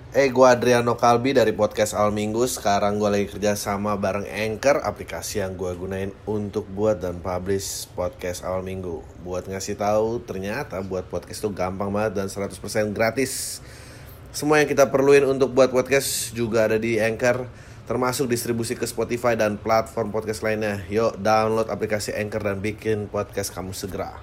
Gue Adriano Kalbi dari podcast Al Minggu. Sekarang gue lagi kerja sama bareng Anchor, aplikasi yang gue gunain untuk buat dan publish podcast Al Minggu. Buat ngasih tahu, ternyata buat podcast itu gampang banget dan 100% gratis. Semua yang kita perluin untuk buat podcast juga ada di Anchor, termasuk distribusi ke Spotify dan platform podcast lainnya. Yuk download aplikasi Anchor dan bikin podcast kamu segera.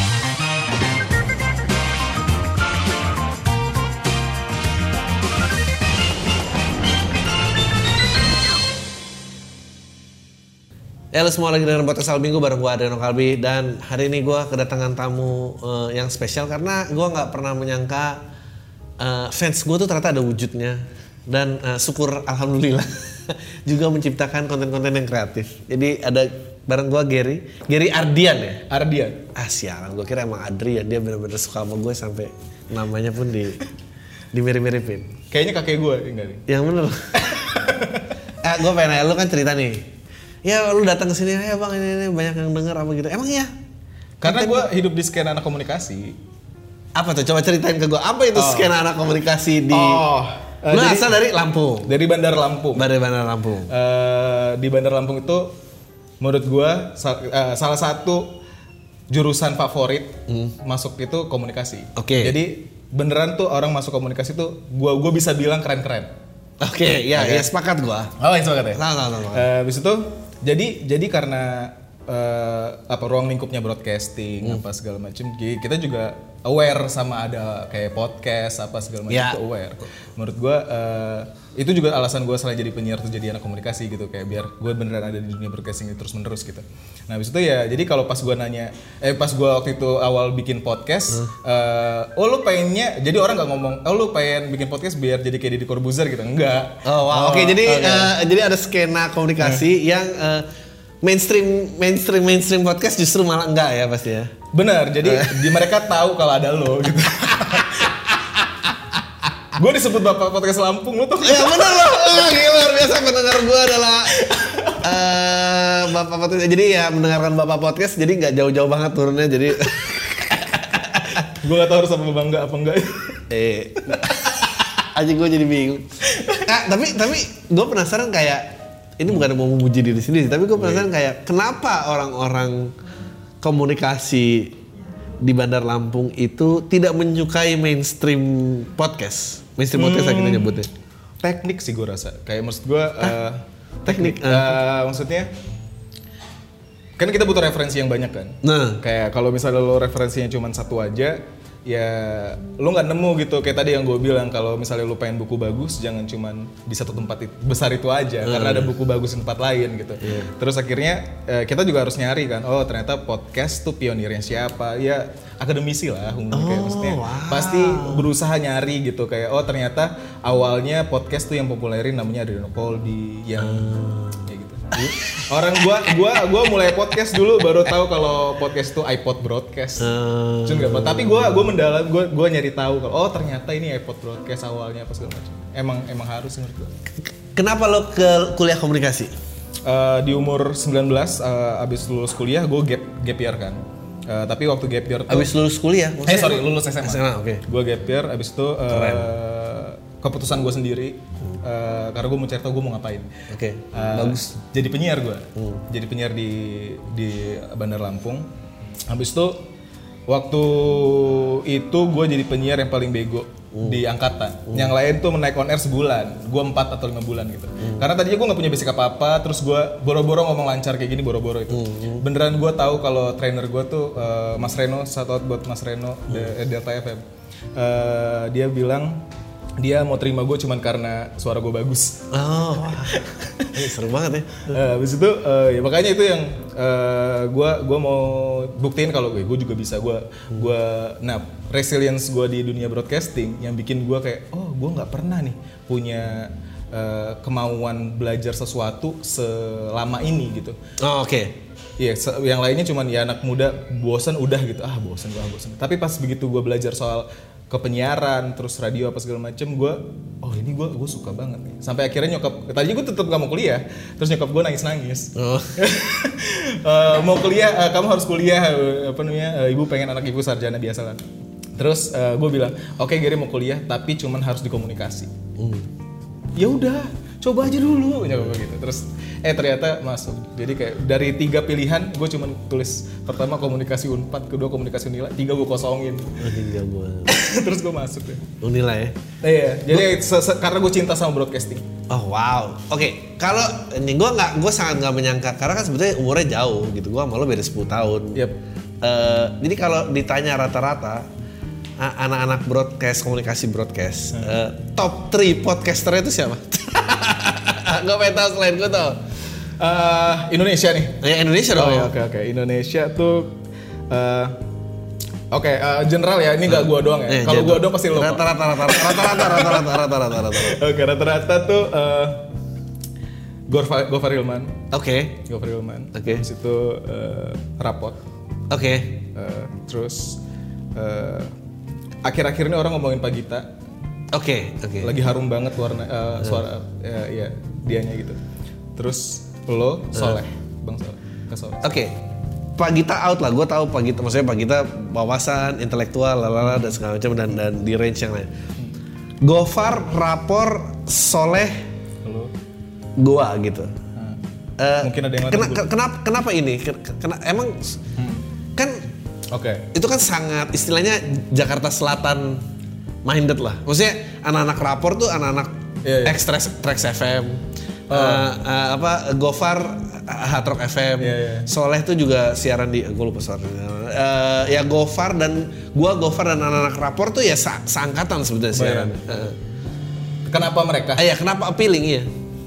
Halo semua, lagi dengan podcast Al Minggu bareng gue Adriano Kalbi. Dan hari ini gue kedatangan tamu yang spesial karena gue gak pernah menyangka fans gue tuh ternyata ada wujudnya. Dan syukur alhamdulillah juga menciptakan konten-konten yang kreatif. Jadi ada bareng gue Gary Ardian ya? Ardian? Sialan, gue kira emang Adrian. Dia bener-bener suka sama gue sampai namanya pun dimirip-miripin. Kayaknya kakek gue, enggak nih? Yang bener. Gue pengen nanya, lu kan cerita nih. Ya lu datang ke sini, ya bang ini banyak yang denger apa gitu. Emang iya? Karena gue hidup di skena anak komunikasi. Apa tuh? Coba ceritain ke gue. Apa itu skena anak komunikasi di? Lu asal dari Lampung? Dari Bandar Lampung. Dari Bandar Lampung. Di Bandar Lampung itu, menurut gue salah satu jurusan favorit masuk itu komunikasi. Oke. Jadi beneran tuh orang masuk komunikasi tuh, gue bisa bilang keren-keren. Oke, ya sepakat gue. Oh, sepakat ya. Sama. Habis itu jadi karena ruang lingkupnya broadcasting apa segala macam, kita juga aware sama ada kayak podcast apa segala macam, itu aware. Menurut gue itu juga alasan gue selain jadi penyiar tuh jadi anak komunikasi gitu, kayak biar gue beneran ada di dunia broadcasting terus menerus gitu. Nah habis itu ya jadi kalau pas gue nanya pas gue waktu itu awal bikin podcast, lu pengennya jadi orang nggak ngomong lu pengen bikin podcast biar jadi kayak Deddy Corbuzier gitu, enggak. Oke, jadi ada skena komunikasi yang mainstream podcast justru malah enggak ya pasti ya. Bener, jadi mereka tahu kalau ada lo gitu. Gue disebut bapak podcast Lampung, lo tau gak? Ya bener loh, luar biasa pendengar gue adalah bapak podcast. Jadi ya mendengarkan bapak podcast, jadi nggak jauh-jauh banget turunnya. Jadi gue nggak tahu harus apa bangga apa enggak. Aja gue jadi bingung. Tapi gue penasaran kayak ini bukan mau memuji diri sendiri, tapi gue penasaran kayak kenapa orang-orang komunikasi di Bandar Lampung itu tidak menyukai mainstream podcast. Mainstream podcast lah kita nyebutnya. Teknik sih gue rasa. Kayak maksud gue teknik. Maksudnya kan kita butuh referensi yang banyak kan. Nah, kayak kalau misalnya lo referensinya cuma satu aja, ya lo nggak nemu gitu. Kayak tadi yang gue bilang, kalau misalnya lo pengen buku bagus, jangan cuma di satu tempat besar itu aja, karena ada buku bagus di tempat lain gitu. Terus akhirnya kita juga harus nyari kan, oh ternyata podcast tuh pionirnya siapa? Ya akademisi lah, kayak maksudnya pasti berusaha nyari gitu, kayak oh ternyata awalnya podcast tuh yang populerin namanya Adriano Kalbi yang kayak gitu. Orang gua mulai podcast dulu baru tahu kalau podcast tuh iPod Broadcast. Tapi gua mendalam, gua nyari tahu kalau oh ternyata ini iPod Broadcast awalnya apa segala macam. Emang harus menurut gua. Kenapa lo ke kuliah komunikasi? Di umur 19 abis lulus kuliah gua gap year kan. Tapi waktu gap year tuh abis lulus kuliah? Lulus SMA. Oke. Gua gap year abis itu keputusan gue sendiri, karena gue mau cari tau gue mau ngapain. Oke, bagus. Jadi penyiar gue, jadi penyiar di Bandar Lampung. Habis itu waktu itu gue jadi penyiar yang paling bego di angkatan. Yang lain tuh menaik on air sebulan, gue 4 atau 5 bulan gitu. Karena tadinya gue nggak punya basic apa-apa, terus gue boro-boro ngomong lancar kayak gini, boro-boro itu. Beneran gue tahu kalau trainer gue tuh Mas Reno, shout out buat Mas Reno Delta FM. Dia bilang dia mau terima gue cuman karena suara gue bagus. Seru banget ya. Habis itu ya makanya itu yang gue mau buktiin kalau gue juga bisa. Nah resilience gue di dunia broadcasting yang bikin gue kayak gue nggak pernah nih punya kemauan belajar sesuatu selama ini gitu. Oke. Iya, yang lainnya cuman ya anak muda bosan udah gitu. Bosan. Tapi pas begitu gue belajar soal kepenyiaran, terus radio apa segala macem, gue suka banget nih. Sampai akhirnya nyokap, tadinya gue tetap gak mau kuliah, terus nyokap gue nangis. Mau kuliah, kamu harus kuliah, ibu pengen anak ibu sarjana biasa kan. Terus gue bilang, oke, Gary mau kuliah, tapi cuman harus di komunikasi. Ya udah, coba aja dulu, nyoba gitu. Terus ternyata masuk. Jadi kayak dari 3 pilihan gue cuma tulis pertama komunikasi Unpad, kedua komunikasi Unila, 3 gue kosongin. Terus gue masuk deh. Unila ya? Iya, jadi karena gue cinta sama broadcasting. Oh wow, oke. Kalau ini gue sangat nggak menyangka karena kan sebetulnya umurnya jauh gitu. Gue sama lo beda 10 tahun. Yep. Jadi kalau ditanya rata-rata anak-anak komunikasi broadcast, top 3 podcasternya itu siapa? Gue pengen tahu selain gue tau. Indonesia nih. Ya Indonesia dong. Oke. Indonesia tuh general ya, ini nggak gua doang ya. Kalau gua doang pasti lo. Rata-rata. Oke, rata-rata tuh Gofar Hilman. Oke. Gofar Hilman. Oke. Terus itu Rapot. Oke. Terus akhir-akhir ini orang ngomongin Pak Gita. Oke. Lagi harum banget warna suara ya dianya gitu. Terus lo Soleh, Bang Soleh. Soleh. Oke. Pak Gita out lah, gue tahu Pak Gita, maksudnya Pak Gita wawasan, intelektual, dan segala macam dan di range yang lain. Gofar, Rapor, Soleh, gua gitu. Mungkin ada yang lain. Kenapa ini? Emang kan? Itu kan sangat istilahnya Jakarta Selatan minded lah. Maksudnya anak-anak Rapor tuh anak-anak Trax FM. Gofar Hard Rock FM, Soleh tuh juga siaran di, gue lupa suaranya. Ya Gofar dan anak-anak Rapor tuh ya seangkatan sebetulnya siaran. Kenapa mereka? Kenapa appealing ya?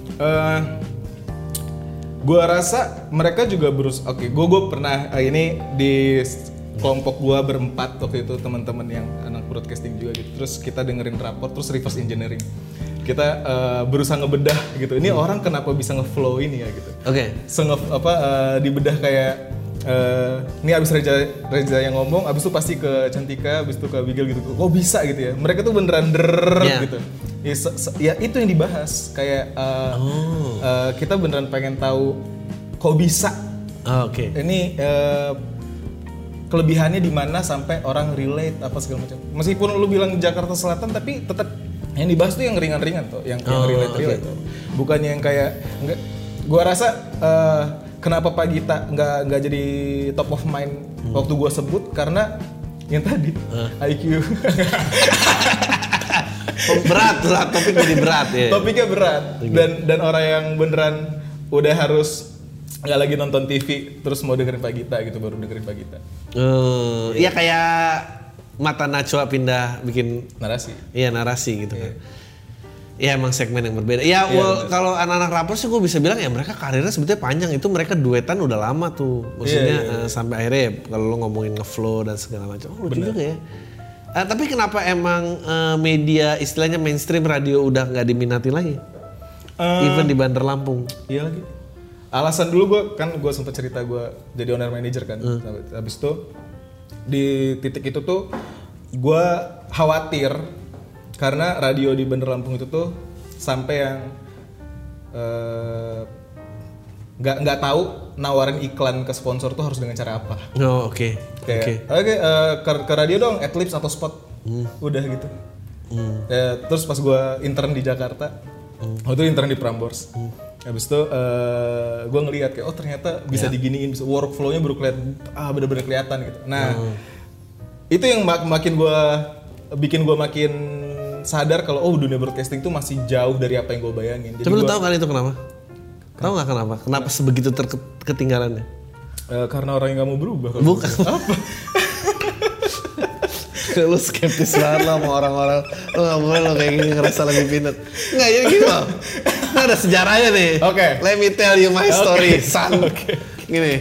Gue rasa mereka juga gue pernah ini di kelompok gue berempat waktu itu, teman-teman yang anak broadcasting juga gitu. Terus kita dengerin rapor, terus reverse engineering. Kita berusaha ngebedah gitu. Ini orang kenapa bisa ngeflow ini ya gitu. Oke. Dibedah kayak ini abis Reza yang ngomong, abis itu pasti ke Cantika, abis itu ke Bigel gitu. Kok bisa gitu ya? Mereka tuh beneran gitu. Ya itu yang dibahas. Kayak kita beneran pengen tahu kok bisa. Oke. Ini kelebihannya di mana sampai orang relate apa segala macam. Meskipun lu bilang Jakarta Selatan, tapi tetap yang dibahas tuh yang ringan-ringan tuh, yang relate tuh. Bukannya yang kayak gua rasa kenapa Pak Gita nggak jadi top of mind waktu gua sebut karena yang tadi IQ. berat topik jadi berat ya. Topiknya berat dan orang yang beneran udah harus nggak lagi nonton TV terus mau dengerin Pak Gita gitu, baru dengerin Pak Gita. Iya kayak Mata Najwa pindah bikin narasi. Iya narasi gitu kan. Iya emang segmen yang berbeda. Kalau anak-anak rapper sih gue bisa bilang ya mereka karirnya sebetulnya panjang. Itu mereka duetan udah lama tuh. Maksudnya sampai akhirnya ya, kalau lo ngomongin ngeflow dan segala macam. Oh lucu juga ya. Tapi kenapa emang media istilahnya mainstream radio udah nggak diminati lagi? Even di Bandar Lampung. Iya lagi. Alasan dulu gue sempat cerita gue jadi owner manager kan. Habis itu di titik itu tuh gue khawatir karena radio di Bandar Lampung itu tuh sampai yang nggak tahu nawarin iklan ke sponsor tuh harus dengan cara apa. Oke. Ke radio dong, Adlibs atau spot. Udah gitu. Terus pas gue intern di Jakarta, waktu itu intern di Prambors. Habis itu gue ngelihat kayak ternyata bisa diginiin, bisa workflow-nya baru bener-bener kelihatan gitu. Nah itu yang bikin gue makin sadar kalau dunia broadcasting tuh masih jauh dari apa yang gue bayangin. Tapi lu tahu kan itu kenapa? Tahu nggak kenapa? Kenapa sebegitu ketinggalannya? Karena orang yang nggak mau berubah. Bukan. Apa? Lu skeptis banget lah sama orang-orang. Lu gak boleh lo kayak gini ngerasa lebih pintar. Enggak ya gitu loh. Nah ada sejarahnya nih. Oke. Let me tell you my story, son. Gini.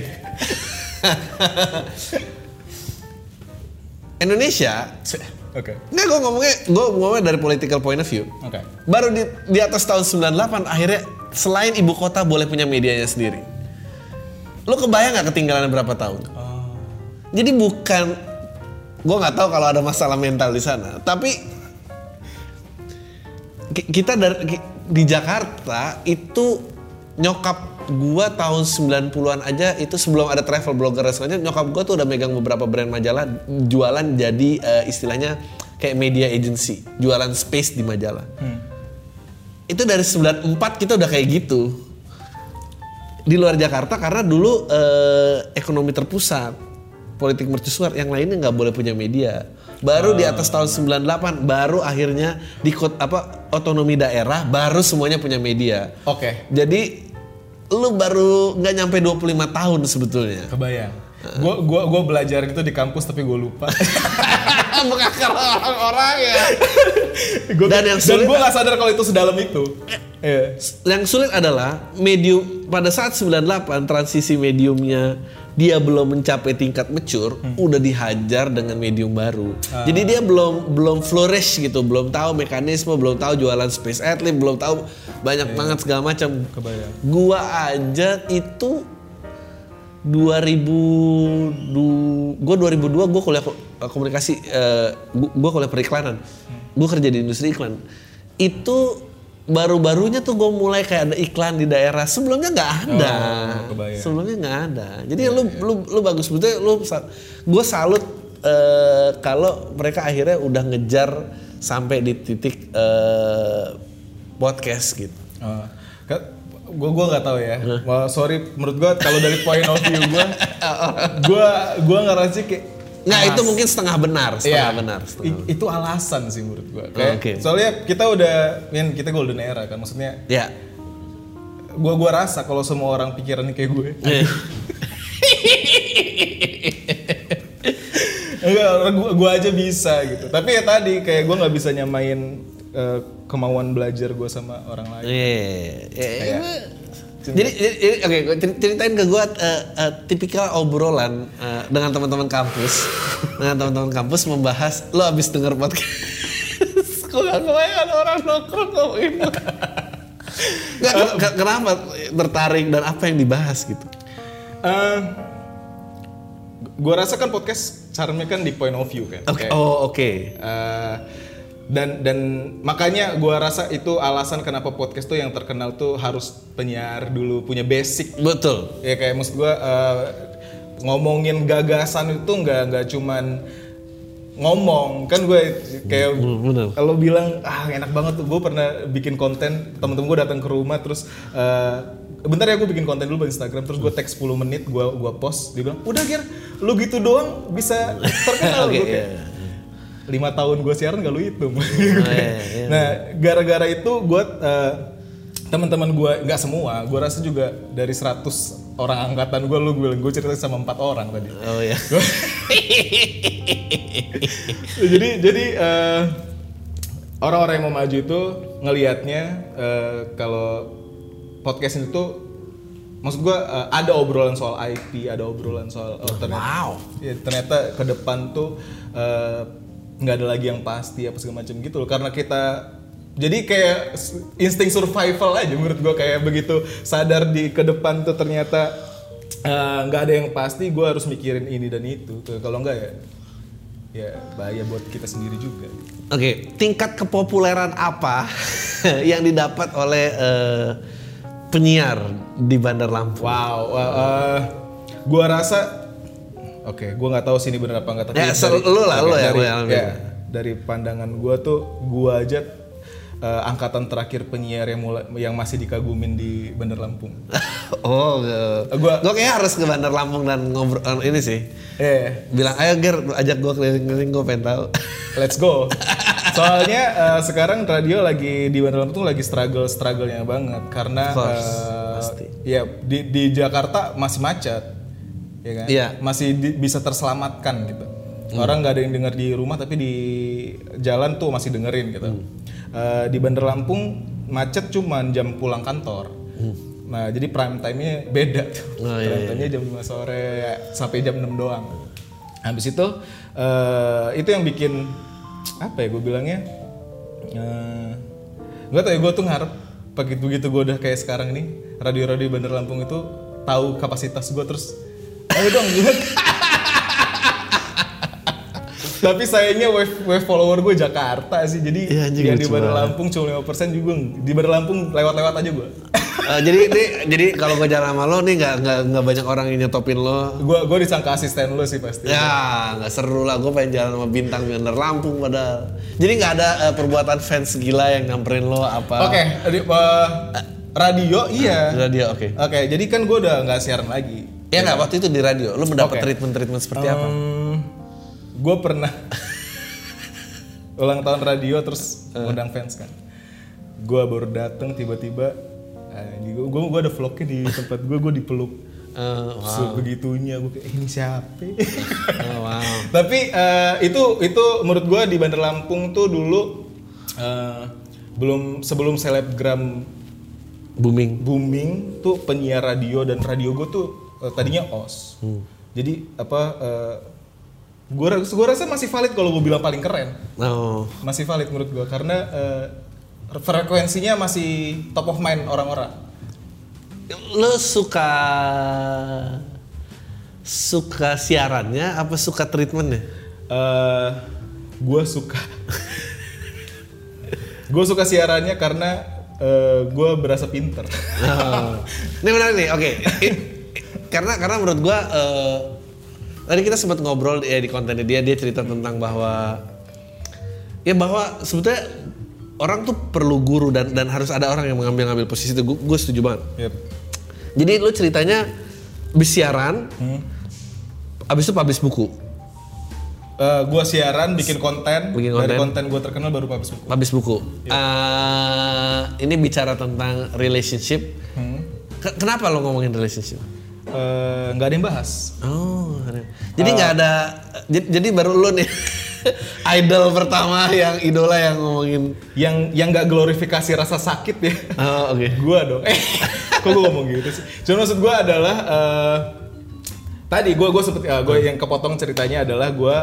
Indonesia. Nggak gue ngomongnya dari political point of view. Baru di atas tahun 98 akhirnya selain ibu kota boleh punya medianya sendiri. Lu kebayang nggak ketinggalan berapa tahun? Jadi bukan. Gue nggak tahu kalau ada masalah mental di sana, tapi kita di Jakarta itu nyokap gue tahun 90-an aja itu sebelum ada travel blogger selanjutnya nyokap gue tuh udah megang beberapa brand majalah jualan jadi istilahnya kayak media agency, jualan space di majalah. Itu dari 94 kita udah kayak gitu. Di luar Jakarta karena dulu ekonomi terpusat, politik mercusuar, yang lainnya nggak boleh punya media. Baru di atas tahun 98 baru akhirnya otonomi daerah baru semuanya punya media. Oke. Jadi lu baru nggak nyampe 25 tahun sebetulnya. Kebayang. Gue belajar gitu di kampus tapi gue lupa. Mengakar orang-orang ya. Dan gue gak sadar kalau itu sedalam itu. Yang sulit adalah medium pada saat 98 transisi mediumnya dia belum mencapai tingkat mature, udah dihajar dengan medium baru. Jadi dia belum flourish gitu, belum tahu mekanisme, belum tahu jualan space athlete, belum tahu banyak banget segala macam. Kebayang. Gua aja itu 2002 gue kuliah komunikasi, gue kuliah periklanan, gue kerja di industri iklan. Itu baru-barunya tuh gue mulai kayak ada iklan di daerah, sebelumnya nggak ada. Sebelumnya nggak ada. Jadi lu bagus betul, gue salut kalau mereka akhirnya udah ngejar sampai di titik podcast gitu. Gue nggak tahu ya. Well, sorry, menurut gue kalau dari point of view gue ngerasa kayak nggak, itu mungkin setengah benar. Itu alasan sih menurut gue. Soalnya kita golden era kan, maksudnya. Ya. Gue rasa kalau semua orang pikirannya kayak gue. Gue aja bisa gitu. Tapi ya tadi kayak gue nggak bisa nyamain kemauan belajar gue sama orang lain. Jadi oke, ceritain ke gue tipikal obrolan dengan teman-teman kampus. Dengan teman-teman kampus membahas, lo abis denger podcast. Kok gak kebayang orang nongkrong ngomongin. Kenapa tertarik dan apa yang dibahas gitu? Gue rasa kan podcast charmnya kan di point of view kan. Oke. Dan makanya gue rasa itu alasan kenapa podcast tuh yang terkenal tuh harus penyiar dulu, punya basic. Betul. Ya kayak maksud gue ngomongin gagasan itu nggak cuman ngomong kan. Gue kayak kalau bilang enak banget tuh, gue pernah bikin konten, temen-temen gue datang ke rumah terus bentar ya gue bikin konten dulu di Instagram, terus gue tag 10 menit, gue post, dia bilang udah Ger, lu gitu doang bisa terkenal. Gue kayak 5 tahun gue siaran gak lu hitung. Nah gara-gara itu gue teman-teman gue, nggak semua, gue rasa juga dari 100 orang angkatan gue, gue cerita sama 4 orang tadi. Oh iya. jadi orang-orang yang mau maju itu ngelihatnya kalau podcast itu tuh, maksud gue ada obrolan soal IP, ada obrolan soal ternyata ke depan tuh nggak ada lagi yang pasti apa segala macam gitu loh, karena kita jadi kayak insting survival aja menurut gue, kayak begitu sadar di ke depan tuh ternyata nggak ada yang pasti, gue harus mikirin ini dan itu. Kalau nggak ya bahaya buat kita sendiri juga. Oke, tingkat kepopuleran apa yang didapat oleh penyiar di Bandar Lampung? Wow, gue rasa gue nggak tahu sih ini benar apa nggak, tapi dari pandangan gue tuh, gue aja angkatan terakhir penyiar yang masih dikagumin di Bandar Lampung. Gue kayak harus ke Bandar Lampung dan ngobrol ini sih. Bilang ayo Ger, ajak gue keliling-keliling, gue pengen tahu. Let's go. Soalnya sekarang radio lagi di Bandar Lampung tuh lagi struggle-nya banget karena pasti. Ya di Jakarta masih macet. Ya kan? Yeah. Masih bisa terselamatkan gitu. Orang nggak ada yang denger di rumah, tapi di jalan tuh masih dengerin gitu. Di Bandar Lampung macet cuman jam pulang kantor. Nah jadi prime time-nya beda tuh. Prime time-nya jam 5 sore sampai jam 6 doang. Habis itu yang bikin apa ya gue bilangnya, gue tau ya, gue tuh ngarep begitu gue udah kayak sekarang ini, radio-radio Bandar Lampung itu tahu kapasitas gue, terus ayo dong gue. Tapi sayangnya wave follower gue Jakarta sih, jadi yang di Bandar Lampung cuma 5% juga. Di Bandar Lampung lewat-lewat aja gue. Jadi kalau gue jalan sama lo nih nggak banyak orang yang nyetopin lo. Gue disangka asisten lo sih pasti. Ya nggak seru lah, gue pengen jalan sama bintang Bandar Lampung padahal. Jadi nggak ada perbuatan fans gila yang nyamperin lo apa? Oke, radio iya. Radio oke. Oke, jadi kan gue udah nggak siaran lagi. Ya nggak, waktu itu di radio, lo mendapat treatment seperti apa? Gue pernah ulang tahun radio terus undang fans kan. Gue baru dateng tiba-tiba, gue ada vlognya di tempat gue dipeluk. Wow. Sebegitunya gue kayak ini siapa? Wow. Tapi itu menurut gue di Bandar Lampung tuh dulu sebelum selebgram booming tuh penyiar radio, dan radio gue tuh tadinya OS. Jadi gue rasa masih valid kalau gue bilang paling keren. Masih valid menurut gue karena frekuensinya masih top of mind orang-orang. Lo suka siarannya apa suka treatmentnya? Gue suka siarannya karena gue berasa pinter. Ini benar nih, oke. Karena menurut gue tadi kita sempat ngobrol di kontennya dia cerita tentang bahwa sebetulnya orang tuh perlu guru dan harus ada orang yang mengambil posisi itu. Gue setuju banget. Yep. Jadi lu ceritanya habis siaran, abis itu publish buku. Gue siaran, bikin konten. Dari konten gue terkenal baru publish buku. Publish buku. Yep. Ini bicara tentang relationship. Kenapa lo ngomongin relationship? Nggak ada yang bahas. Jadi nggak ada. Jadi baru lo nih idol pertama yang idola yang ngomongin yang nggak glorifikasi rasa sakit ya. Oke. Gua dong. Kok gue ngomong gitu sih? Cuma maksud gue adalah tadi gue seperti gue yang kepotong ceritanya adalah gue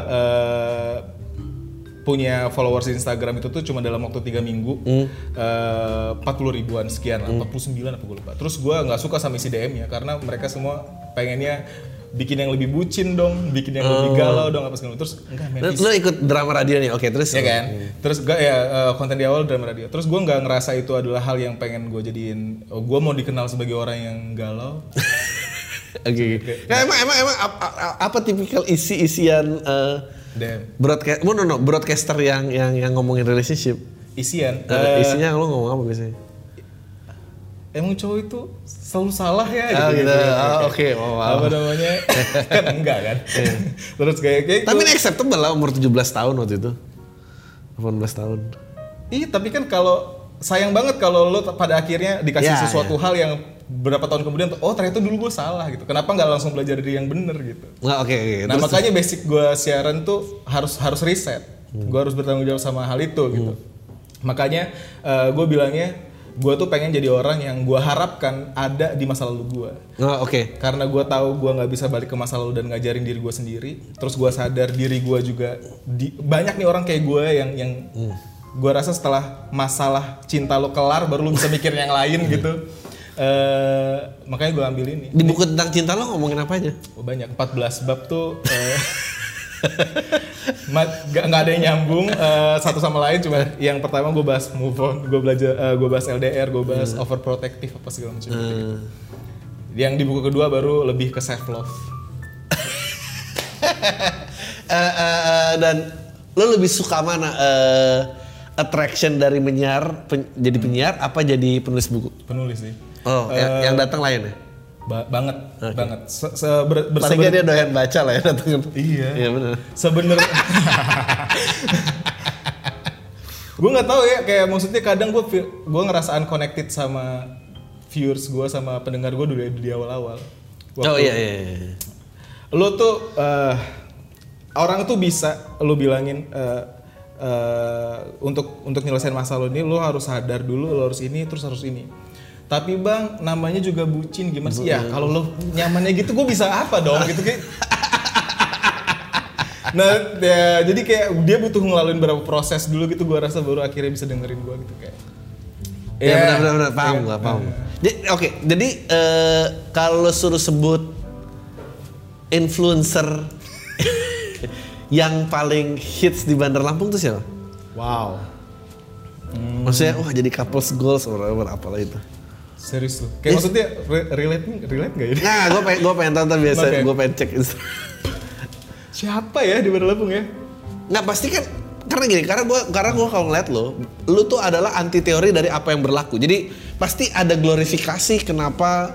punya followers di Instagram itu tuh cuma dalam waktu 3 minggu 40 ribuan sekian, 49 apa gue lupa. Terus gue nggak suka sama isi DM-nya karena mereka semua pengennya bikin yang lebih bucin dong, bikin yang lebih galau dong apa segala. Terus enggak, lo ikut drama radio nih, oke terus? Ya kan. Terus gue konten di awal drama radio. Terus gue nggak ngerasa itu adalah hal yang pengen gue jadiin. Gue mau dikenal sebagai orang yang galau. Oke. Nah, emang apa tipikal isian broadcaster yang ngomongin relationship? Isian. Isinya lo ngomong apa biasanya? Emang cowok itu selalu salah ya gitu. Oke. Wow. Apa namanya? Kan enggak kan? Terus kayak tapi ini acceptable lah umur 17 tahun waktu itu. 18 tahun. Iya, tapi kan kalau sayang banget kalau lo pada akhirnya dikasih sesuatu hal yang berapa tahun kemudian oh ternyata dulu gue salah gitu. Kenapa nggak langsung belajar dari yang bener gitu? Oke. Nah, makanya basic gue siaran tuh harus riset. Gue harus bertanggung jawab sama hal itu gitu. Makanya gue bilangnya gue tuh pengen jadi orang yang gue harapkan ada di masa lalu gue. Oke. Karena gue tahu gue nggak bisa balik ke masa lalu dan ngajarin diri gue sendiri. Terus gue sadar diri gue juga banyak nih orang kayak gue yang gue rasa setelah masalah cinta lo kelar baru lo bisa mikir yang lain gitu. Makanya gue ambil ini. Di buku tentang cinta lo ngomongin apa aja? Banyak, 14 bab tuh nggak ada yang nyambung satu sama lain. Cuma yang pertama gue bahas move on, gue bahas LDR, gue bahas overprotective apa segala macam. Yang di buku kedua baru lebih ke self love. Dan lo lebih suka mana? Attraction dari jadi penyiar apa jadi penulis buku? Penulis sih. Yang datang lain ya? Banget. Paling dia doyan baca lah ya datang. Iya benar. Sebenarnya gue nggak tahu ya, kayak maksudnya kadang gue ngerasa unconnected sama viewers gue, sama pendengar gue dulu di awal-awal. Iya. Lo tuh orang tuh bisa lo bilangin untuk nyelesain masalah lo ini lo harus sadar dulu, lo harus ini terus harus ini. Tapi bang, namanya juga bucin, gimana sih? Ya kalau lo nyamannya gitu, gue bisa apa dong gitu kayak. Nah, ya, jadi kayak dia butuh ngelaluin beberapa proses dulu gitu, gue rasa baru akhirnya bisa dengerin gue gitu kayak. Ya benar-benar paham. Jadi kalau suruh sebut influencer yang paling hits di Bandar Lampung tuh siapa? Wow. Maksudnya, jadi couples goals or apalah itu. Serius lu? Kayak maksudnya relate gak ya? Nah, gue pengen tonton biasa, Okay. gue pengen cek. Siapa ya di Bandar Lampung ya? Nggak pasti kan, karena gini, karena gue kalau ngeliat lu tuh adalah anti teori dari apa yang berlaku. Jadi pasti ada glorifikasi kenapa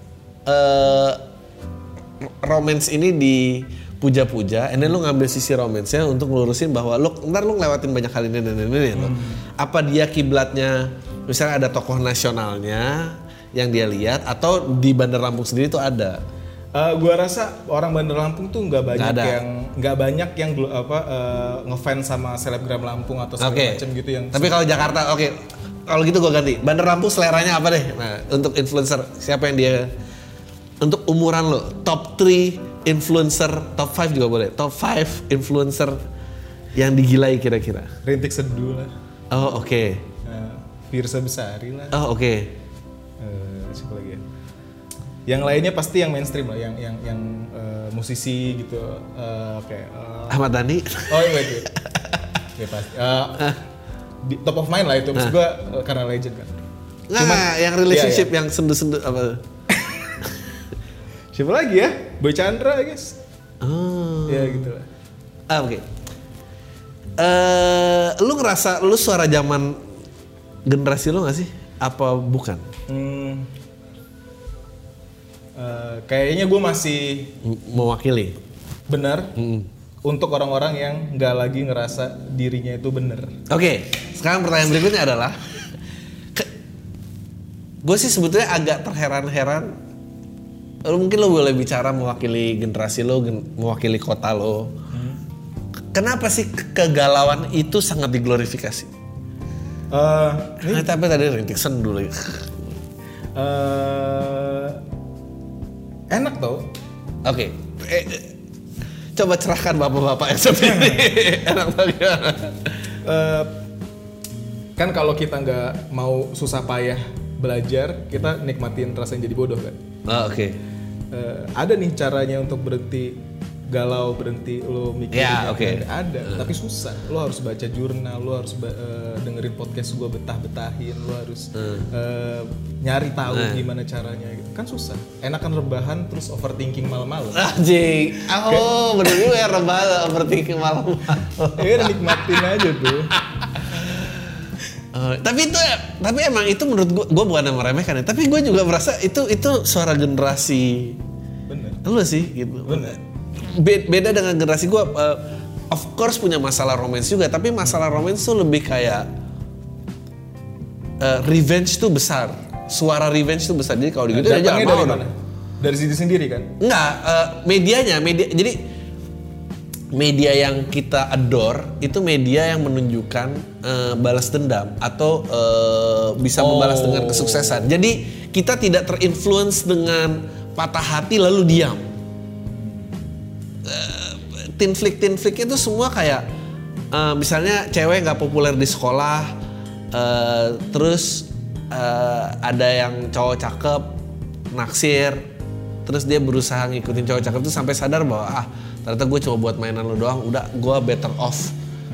romance ini dipuja-puja, and then lu ngambil sisi romance-nya untuk ngelurusin bahwa ntar lu ngelewatin banyak hal ini. Apa dia kiblatnya, misalnya ada tokoh nasionalnya yang dia lihat, atau di Bandar Lampung sendiri tuh ada? Gua rasa orang Bandar Lampung tuh nggak banyak yang ngefans sama selebgram Lampung atau segala macam gitu yang. Tapi kalau Jakarta, kalau gitu gue ganti. Bandar Lampung seleranya apa deh? Nah, untuk influencer siapa yang dia? Untuk umuran lo, top 3 influencer, top 5 juga boleh. Top 5 influencer yang digilai kira-kira. Rintik Seduh lah. Oh oke. Firsa Besari lah. Oh oke. Siapa lagi ya? Yang lainnya pasti yang mainstream lah, yang musisi gitu. Ahmad Dhani. Oh iya itu. Ya pasti. Di top of mind lah itu, maksud gue karena legend kan. Nah, yang relationship yang sendu-sendu apa? Siapa lagi ya? Boy Chandra guys. Oh. Ya gitu lah. Oke. Lu ngerasa lu suara zaman generasi lu gak sih? Apa bukan? Kayaknya gue masih mewakili. benar untuk orang-orang yang nggak lagi ngerasa dirinya itu benar. Oke, sekarang pertanyaan berikutnya adalah, gue sih sebetulnya agak terheran-heran. Mungkin lo boleh bicara mewakili generasi lo, mewakili kota lo. Kenapa sih kegalauan itu sangat diglorifikasi? Tapi tadi rintik sendu lagi. Enak tau. Oke. Coba cerahkan bapak-bapak yang seperti ini. Enak banget. Kan kalau kita nggak mau susah payah belajar, kita nikmatin rasanya jadi bodoh kan. Oke. Ada nih caranya untuk berhenti galau, berhenti lo mikirin ada, tapi susah. Lo harus baca jurnal, lo harus dengerin podcast gue betah-betahin, lo harus nyari tahu gimana caranya gitu. Kan susah. Enakan rebahan terus overthinking malam-malam. Anjing. Bener juga ya rebahan overthinking malam-malam. Ya nikmatin aja tuh. Tapi emang itu menurut gue bukan yang meremehkan ya. Tapi gue juga merasa itu suara generasi. Bener. Lu sih gitu. Bener. Beda dengan generasi gue, of course punya masalah romance juga, tapi masalah romance tuh lebih kayak revenge tuh besar, suara revenge tuh besar. Jadi kalau gitu aja dari mana? Dari situ sendiri kan? Enggak, jadi media yang kita adore itu media yang menunjukkan balas dendam atau bisa membalas dengan kesuksesan. Jadi kita tidak terinfluence dengan patah hati lalu diam. Teen flick itu semua kayak misalnya cewek nggak populer di sekolah, terus ada yang cowok cakep naksir, terus dia berusaha ngikutin cowok cakep itu sampai sadar bahwa ternyata gue cuma buat mainan lo doang, udah gue better off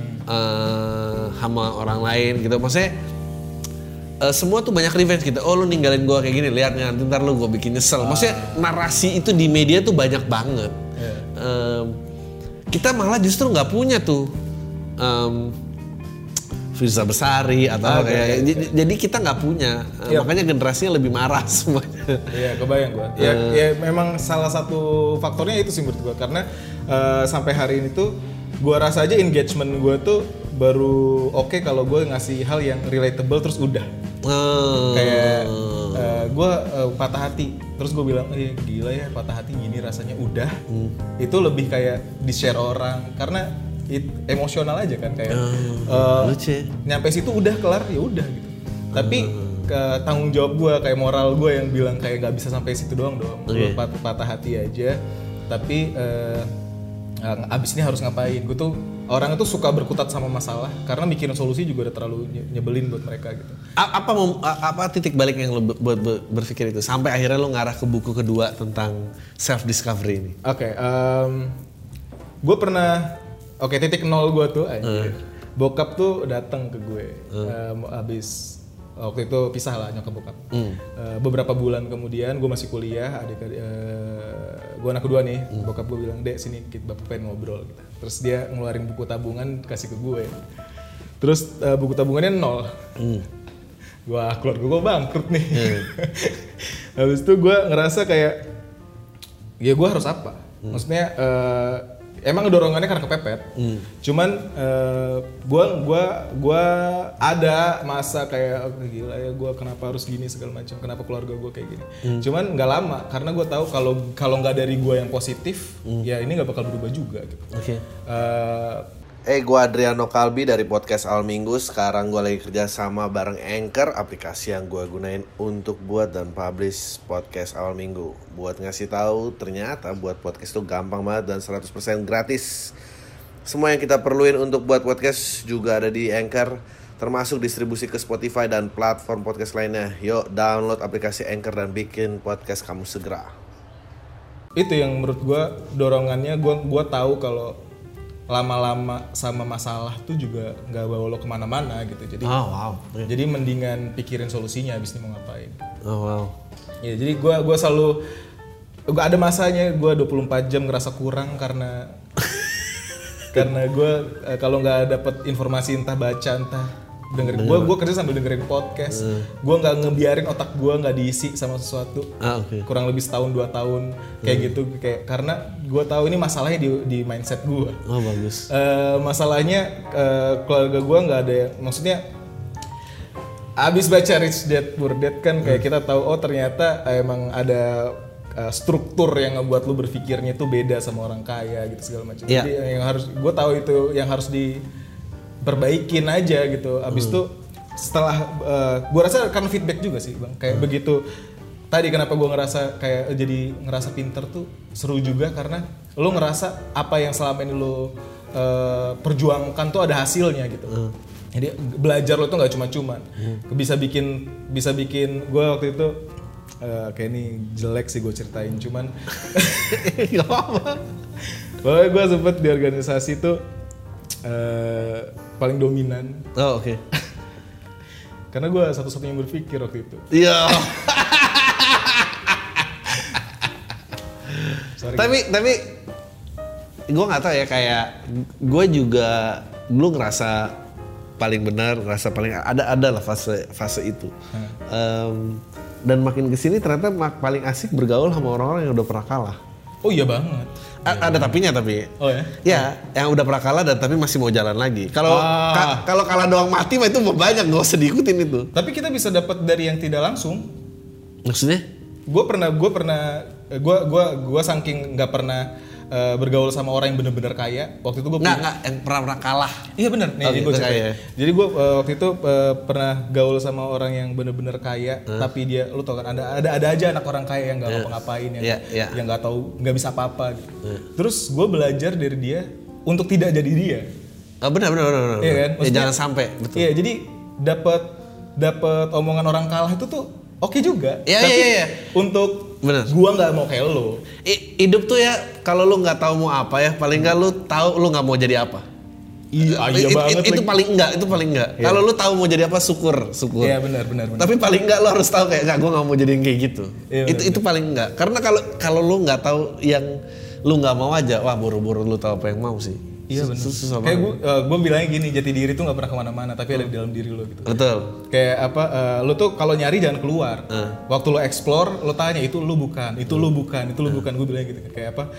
sama orang lain gitu. Maksudnya semua tuh banyak revenge gitu. Oh lu ninggalin gue kayak gini, lihat nanti ntar lu gue bikin nyesel. Maksudnya narasi itu di media tuh banyak banget. Kita malah justru nggak punya tuh Firsa Besari atau jadi kita nggak punya. Makanya generasinya lebih marah semuanya. Iya, kebayang gua. Ya memang salah satu faktornya itu sih menurut gua, karena sampai hari ini tuh gua rasa aja engagement gua tuh baru oke kalau gua ngasih hal yang relatable terus udah. Kayak gue patah hati, terus gue bilang, gila ya patah hati gini rasanya udah. Itu lebih kayak di share orang, karena emosional aja kan kayak nyampe situ udah kelar ya udah gitu. Tapi tanggung jawab gue, kayak moral gue yang bilang kayak nggak bisa sampai situ doang dong. Gue patah hati aja, tapi abis ini harus ngapain? Gue tuh orang itu suka berkutat sama masalah karena mikirin solusi juga udah terlalu nyebelin buat mereka gitu. Apa titik balik yang lo berpikir itu sampai akhirnya lo ngarah ke buku kedua tentang self discovery ini? Gue pernah titik nol gue tuh bokap tuh datang ke gue abis waktu itu pisah lah nyokap bokap. Beberapa bulan kemudian gue masih kuliah, gue anak kedua nih, bokap gue bilang, "Dek sini bapak pengen ngobrol." Gitu. Terus dia ngeluarin buku tabungan kasih ke gue. Terus buku tabungannya 0. Wah, keluarga gue bangkrut nih. Habis itu gue ngerasa kayak, ya gue harus apa? Maksudnya emang dorongannya karena kepepet. Cuman gue ada masa kayak gila ya, gue kenapa harus gini segala macam, kenapa keluarga gue kayak gini. Cuman nggak lama karena gue tahu kalau nggak dari gue yang positif, ya ini nggak bakal berubah juga gitu. Gue Adriano Kalbi dari podcast Al Minggu. Sekarang gue lagi kerja sama bareng Anchor, aplikasi yang gue gunain untuk buat dan publish podcast Al Minggu. Buat ngasih tahu ternyata buat podcast itu gampang banget dan 100% gratis. Semua yang kita perluin untuk buat podcast juga ada di Anchor, termasuk distribusi ke Spotify dan platform podcast lainnya. Yuk download aplikasi Anchor dan bikin podcast kamu segera. Itu yang menurut gue dorongannya, gue tahu kalau lama-lama sama masalah tuh juga nggak bawa lo kemana-mana gitu. Jadi jadi mendingan pikirin solusinya abis ini mau ngapain. Ya jadi gue selalu ada masanya gue 24 jam ngerasa kurang karena gue kalau nggak dapet informasi entah baca entah dengerin, gue kerja sambil dengerin podcast. Gue nggak ngebiarin otak gue nggak diisi sama sesuatu. Kurang lebih setahun 2 tahun kayak gitu, kayak karena gue tahu ini masalahnya di mindset gue. Bagus. Masalahnya keluarga gue nggak ada, maksudnya abis baca Rich Dad Poor Dad kan kayak kita tahu ternyata emang ada struktur yang ngebuat lu berpikirnya tuh beda sama orang kaya gitu segala macam. Jadi yang harus gue tahu itu yang harus diperbaikin aja gitu. Abis itu setelah gue rasa karena feedback juga sih bang, kayak begitu tadi kenapa gue ngerasa kayak jadi ngerasa pinter tuh seru juga karena lo ngerasa apa yang selama ini lo perjuangkan tuh ada hasilnya gitu. Jadi belajar lo tuh nggak cuma-cuma bisa bikin gue waktu itu kayak ini jelek sih gue ceritain, cuman Gak apa-apa. Pokoknya gue sempet di organisasi tuh paling dominan. Karena gue satu-satunya yang berpikir waktu itu. Iya. Tapi gue nggak tahu ya, kayak gue juga dulu ngerasa paling benar, ngerasa paling ada lah fase itu. Dan makin kesini ternyata paling asik bergaul sama orang-orang yang udah pernah kalah. Oh iya banget. Ada tapinya tapi. Oh ya? Ya, yang udah pernah kalah dan tapi masih mau jalan lagi. Kalau kalau kalah doang mati mah itu banyak, gak usah diikutin itu. Tapi kita bisa dapat dari yang tidak langsung. Maksudnya? Gue saking nggak pernah bergaul sama orang yang benar-benar kaya. Waktu itu gue yang pernah kalah. Iya benar. Nih gue cerita. Jadi gue waktu itu pernah gaul sama orang yang benar-benar kaya, tapi dia, lu tau kan, ada aja anak orang kaya yang nggak ngapa-ngapain, yang nggak tahu, nggak bisa apa-apa. Gitu. Terus gue belajar dari dia untuk tidak jadi dia. Benar. Iya kan? Ya, jangan sampai. Betul. Iya, jadi dapat omongan orang kalah itu tuh oke juga. Iya. Untuk bener. Gua nggak mau kayak lo. Hidup tuh ya, kalau lu nggak tahu mau apa ya, paling nggak lu tahu lu nggak mau jadi apa. Iya banget. Itu paling enggak. Yeah. Kalau lu tahu mau jadi apa, syukur. Iya benar. Tapi paling enggak lu harus tahu kayak gue nggak mau jadi yang kayak gitu. Iya, itu paling enggak. Karena kalau lu nggak tahu yang lu nggak mau aja, wah buru-buru lu tahu apa yang mau sih. Iya benar. Kayak gue bilangnya gini, jati diri tuh nggak pernah kemana-mana, tapi ada di dalam diri lo gitu. Betul. Kayak apa? Lo tuh kalau nyari jangan keluar. Waktu lo explore, lo tanya itu lo bukan, itu lo bukan. Gue bilang gitu. Kayak apa?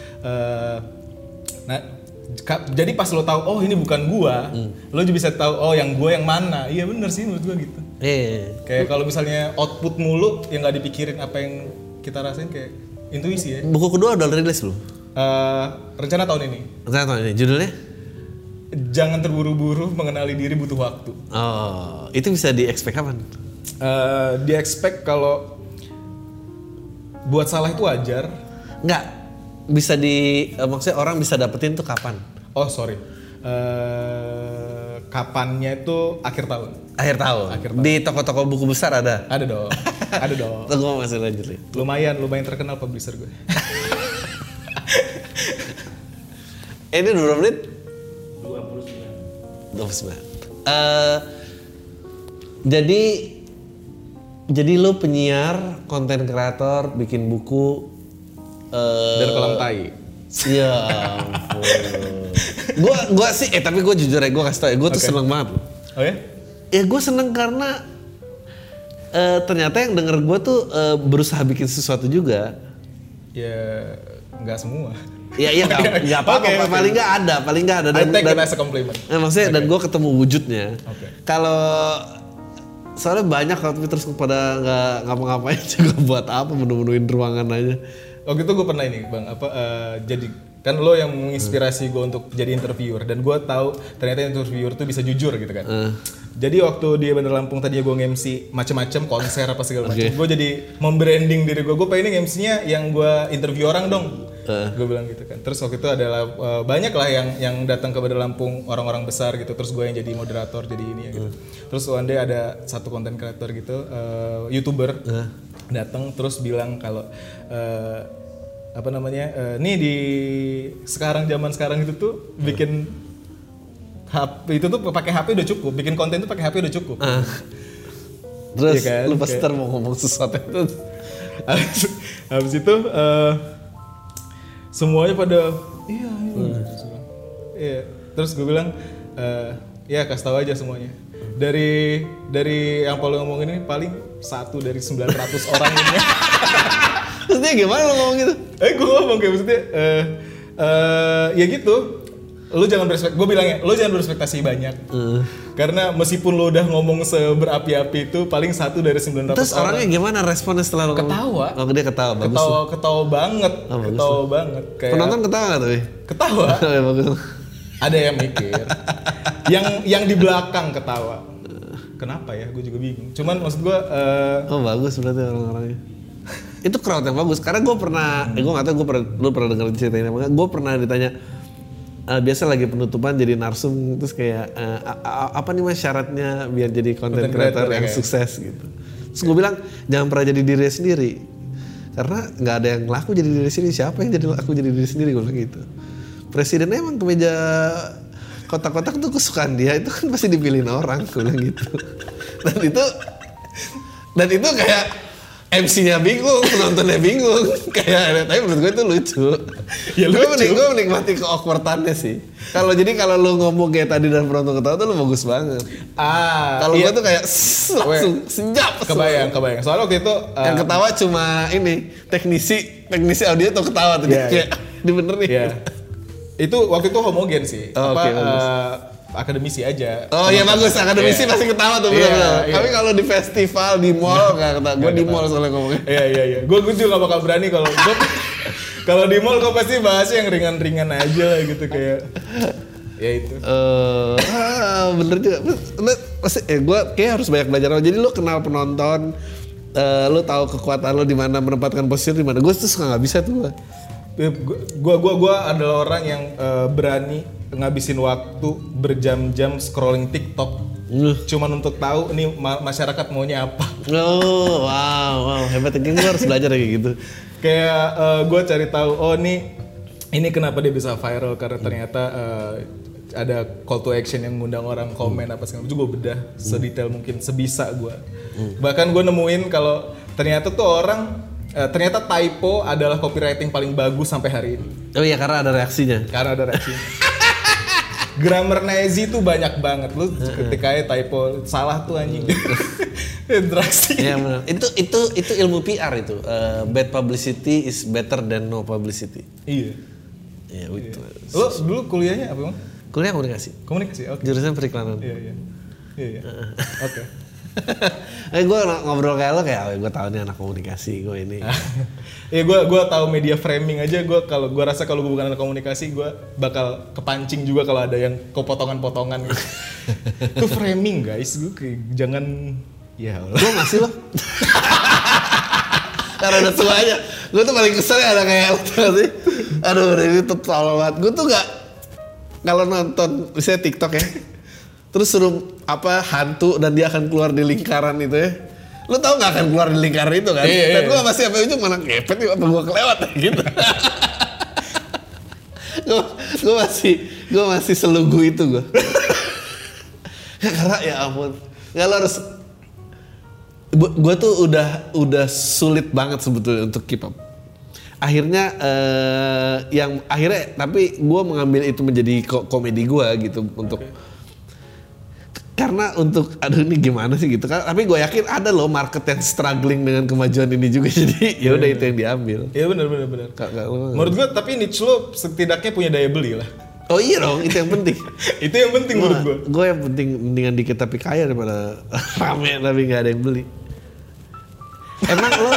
Jadi pas lo tahu, oh ini bukan gua, lo juga bisa tahu, oh yang gua yang mana. Iya benar sih menurut gua gitu. Kayak kalau misalnya output mulu yang nggak dipikirin apa yang kita rasain, kayak intuisi ya. Buku kedua udah rilis belum? Rencana tahun ini. Judulnya? Jangan terburu-buru, mengenali diri butuh waktu. Oh, itu bisa di-expect kapan? Di-expect kalau buat salah itu wajar. Enggak, bisa maksudnya orang bisa dapetin tuh kapan? Oh sorry, kapannya itu akhir tahun. Akhir tahun. Di toko-toko buku besar ada? Ada dong. Tunggu masih lanjut. Lumayan terkenal publisher gue. Ini berapa menit? 29. Jadi Jadi lu penyiar, konten kreator, bikin buku Dan kolam tai. Iya ampun. Gua sih tapi gue jujur ya, gue kasih tau ya, gue tuh seneng banget. Oh ya? Ya gue seneng karena ternyata yang denger gue tuh berusaha bikin sesuatu juga. Ya nggak semua. Iya nggak apa-apa, paling nggak ada dan I take it as a compliment. Maksudnya dan gue ketemu wujudnya. Kalau soalnya banyak tapi terus pada nggak ngapa-ngapain juga buat apa, menu-menuin ruangan aja. Waktu itu gue pernah ini bang, jadi kan lo yang menginspirasi gue untuk jadi interviewer, dan gue tahu ternyata interviewer tuh bisa jujur gitu kan. Jadi waktu di Bandar Lampung tadi gue nge-MC macam-macam konser apa segala macam, gue jadi membranding diri gue pengen nge-MC-nya yang gue interview orang dong. Gue bilang gitu kan. Terus waktu itu adalah banyak lah yang datang ke Bandar Lampung, orang-orang besar gitu. Terus gue yang jadi moderator, jadi ini ya gitu. Terus one day ada satu content creator gitu, YouTuber datang terus bilang kalau nih di zaman sekarang itu tuh bikin HP itu tuh pakai HP udah cukup, bikin konten tuh pakai HP udah cukup. Terus ya kan? Lu pasti mau ngomong sesuatu itu. Habis itu semuanya pada iya. Terus gue bilang ya kasih tahu aja semuanya. Dari yang Paul ngomongin ini paling 1 dari 900 orang ini. Maksudnya gimana lo ngomong gitu? Gue ngomong kayak maksudnya ya gitu. Lu jangan gue bilangnya, lu jangan berespektasi banyak. Karena meskipun lu udah ngomong seberapi-api itu paling 1 dari 900 Terus orang. Orangnya gimana responnya setelah lu ketawa? Oh, dia ketawa, bagus. Ketawa banget. Ketawa banget. Kayak penonton ketawa gak tapi? Ketawa. Ya, bagus. Ada yang mikir. yang di belakang ketawa. Kenapa ya? Gue juga bingung. Cuman maksud gue bagus berarti orang-orangnya. Itu crowd yang bagus. Karena gue pernah, gue gak tau lu pernah denger ceritanya apa enggak. Gue pernah ditanya, biasa lagi penutupan jadi narsum, terus kayak apa nih mas syaratnya biar jadi content creator yang sukses gitu. Terus gue bilang, jangan pernah jadi diri sendiri. Karena gak ada yang laku jadi diri sendiri. Siapa yang jadi laku jadi diri sendiri, gue bilang gitu. Presiden emang kemeja kotak-kotak tuh kesukaan dia, itu kan pasti dipilihin orang, gue bilang gitu. Dan itu kayak MC-nya bingung, penontonnya bingung. Kayak, tapi menurut gue itu lucu. Ya lucu. Gue menikmati ke-awkward-annya sih. Kalau lu ngomong kayak tadi dan penonton ketawa tuh lu bagus banget. Kalau gue tuh kayak langsung sejap. Kebayang. Soalnya waktu itu yang ketawa cuma ini teknisi audio tuh ketawa tuh. Kayak dibenerin. Yeah. Itu waktu itu homogen sih. Akademisi aja. Oh iya bagus, akademisi pasti ketawa tuh bener-bener. Tapi kalau di festival, di mall gak ketawa. Gue di mall soalnya ngomongnya. Iya. Gue juga gak bakal berani kalau kalau di mall gue pasti bahasnya yang ringan-ringan aja gitu kayak. Ya itu. Bener juga. Gue kayak harus banyak belajar. Jadi lu kenal penonton, lu tahu kekuatan lu di mana, menempatkan posisi di mana. Gue tuh suka nggak bisa tuh. Gue adalah orang yang berani ngabisin waktu berjam-jam scrolling TikTok cuman untuk tahu nih masyarakat maunya apa. Oh wow hebat. Gue harus belajar kayak gitu. Kayak gue cari tahu ini kenapa dia bisa viral karena ternyata ada call to action yang ngundang orang komen apa segala macam. Gue bedah sedetail mungkin sebisa gue. Bahkan gue nemuin kalau ternyata tuh orang ternyata typo adalah copywriting paling bagus sampai hari ini. Oh iya karena ada reaksinya. Grammar Nazi tuh banyak banget. Lu ketika typo salah tuh anjing. Drastis. Iya benar. Itu ilmu PR itu. Bad publicity is better than no publicity. Iya. Iya itu. Lu dulu kuliahnya apa, Bang? Kuliah komunikasi. Oke. Jurusan periklanan. Iya. Oke. Gue ngobrol kayak lo kayak gue tahu nih anak komunikasi gue ini. Ya gue tahu media framing aja. Kalau gue rasa kalau gue bukan anak komunikasi gue bakal kepancing juga kalau ada yang kepotongan-potongan gitu. Itu framing guys. Gue kayak jangan ya Allah. Gue masih loh. Karena ada tua aja. Gue tuh paling kesel ada kayak lo tau sih. Aduh ini tuh terlalu banget. Gue tuh gak kalau nonton misalnya TikTok ya. Terus suruh hantu dan dia akan keluar di lingkaran itu ya. Lu tau gak akan keluar di lingkaran itu kan? Dan gue masih sampai ujung mana ngepet nih apa gue kelewat gitu. gue masih selugu itu gue. Karena ya ampun. Gak lo harus Gue tuh udah sulit banget sebetulnya untuk keep up. Akhirnya tapi gue mengambil itu menjadi komedi gue gitu untuk karena untuk aduh ini gimana sih gitu kan. Tapi gue yakin ada loh market yang struggling dengan kemajuan ini juga, jadi ya udah itu yang diambil. Iya benar. Menurut gue tapi niche lo setidaknya punya daya beli lah. Oh iya dong, itu yang penting. Itu yang penting menurut gue. Gue yang penting mendingan dikit tapi kaya daripada rame tapi nggak ada yang beli. Emang lo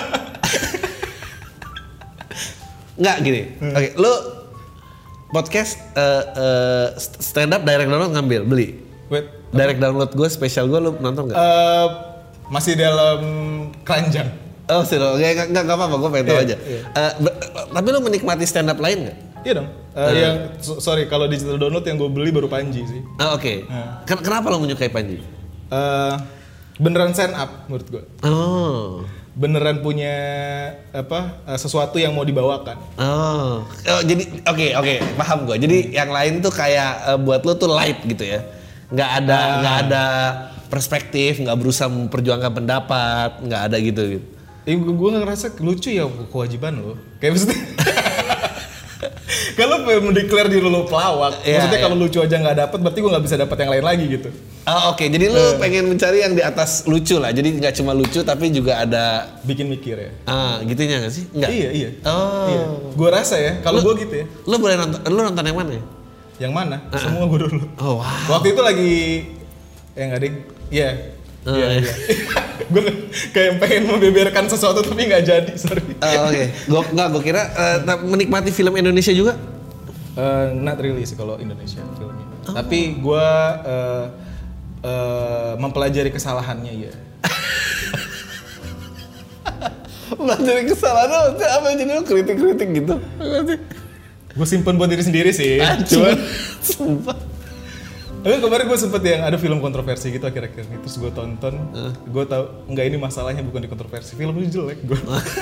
nggak gini? Oke, lo podcast stand up direct download ngambil beli. Wait, direct download gue spesial gue lo nonton nggak? Masih dalam keranjang. Oh sih lo, nggak apa-apa, gue pengen tahu aja. Tapi lo menikmati stand up lain nggak? Iya dong. Sorry kalau digital download yang gue beli baru Panji sih. Oke. Kenapa lo menyukai Panji? Beneran stand up menurut gue. Oh. Beneran punya sesuatu yang mau dibawakan. Jadi oke, paham gue. Jadi yang lain tuh kayak buat lo tuh light gitu ya. Nggak ada perspektif, nggak berusaha memperjuangkan pendapat, nggak ada gitu. Gue ngerasa lucu ya kewajiban lo. Kayak maksudnya kalau mendeklar diri lo pelawak, maksudnya kalau lucu aja nggak dapet, berarti gue nggak bisa dapet yang lain lagi gitu. Oke. Jadi lo pengen mencari yang di atas lucu lah, jadi nggak cuma lucu tapi juga ada bikin mikir ya. Gitunya nggak sih? Nggak. Iya. Iya. Gue rasa ya, kalau gue gitu ya. Lo boleh nonton yang mana ya? Yang mana? Semua gue dulu. Oh wow. Waktu itu lagi nggak ding. Iya. Gue kayak pengen membeberkan sesuatu tapi nggak jadi, sorry. Oke. Gue kira menikmati film Indonesia juga. Not really sih kalau Indonesia filmnya. Tapi gue mempelajari kesalahannya ya. Mempelajari kesalahan apa jadi lo kritik gitu? Gue simpen buat diri sendiri sih. Cuman sumpah. Tapi kemarin gue sempet yang ada film kontroversi gitu akhir-akhir ini, terus gue tonton, gue tahu enggak ini masalahnya bukan di kontroversi, filmnya jelek gue.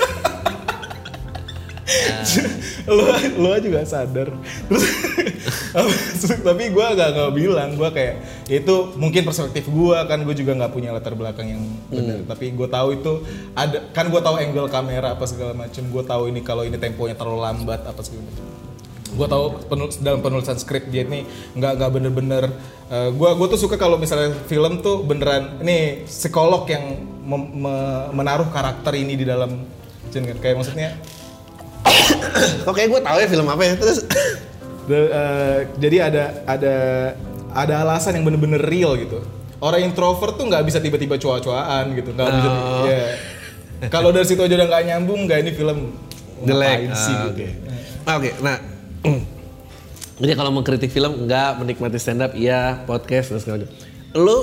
Lo juga sadar. Terus tapi gue nggak bilang, gue kayak itu mungkin perspektif gue kan, gue juga nggak punya latar belakang yang benar. Tapi gue tahu itu ada, kan gue tahu angle kamera apa segala macam, gue tahu ini kalau ini temponya terlalu lambat apa segala macam. Gue tahu dalam penulisan skrip dia ini nggak bener-bener. Gue tuh suka kalau misalnya film tuh beneran ini psikolog yang menaruh karakter ini di dalam kan, kayak maksudnya. Oke, gue tahu ya film apa ya terus. Jadi ada alasan yang bener-bener real gitu. Orang introvert tuh nggak bisa tiba-tiba cuak-cuaan gitu, nggak bisa. Ya. Kalau dari situ aja udah nggak nyambung, nggak ini film jelek sih. Oke, nah. Jadi kalau mengkritik film enggak, menikmati stand up iya, podcast dan segala macam. Lu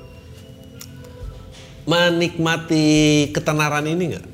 menikmati ketenaran ini enggak?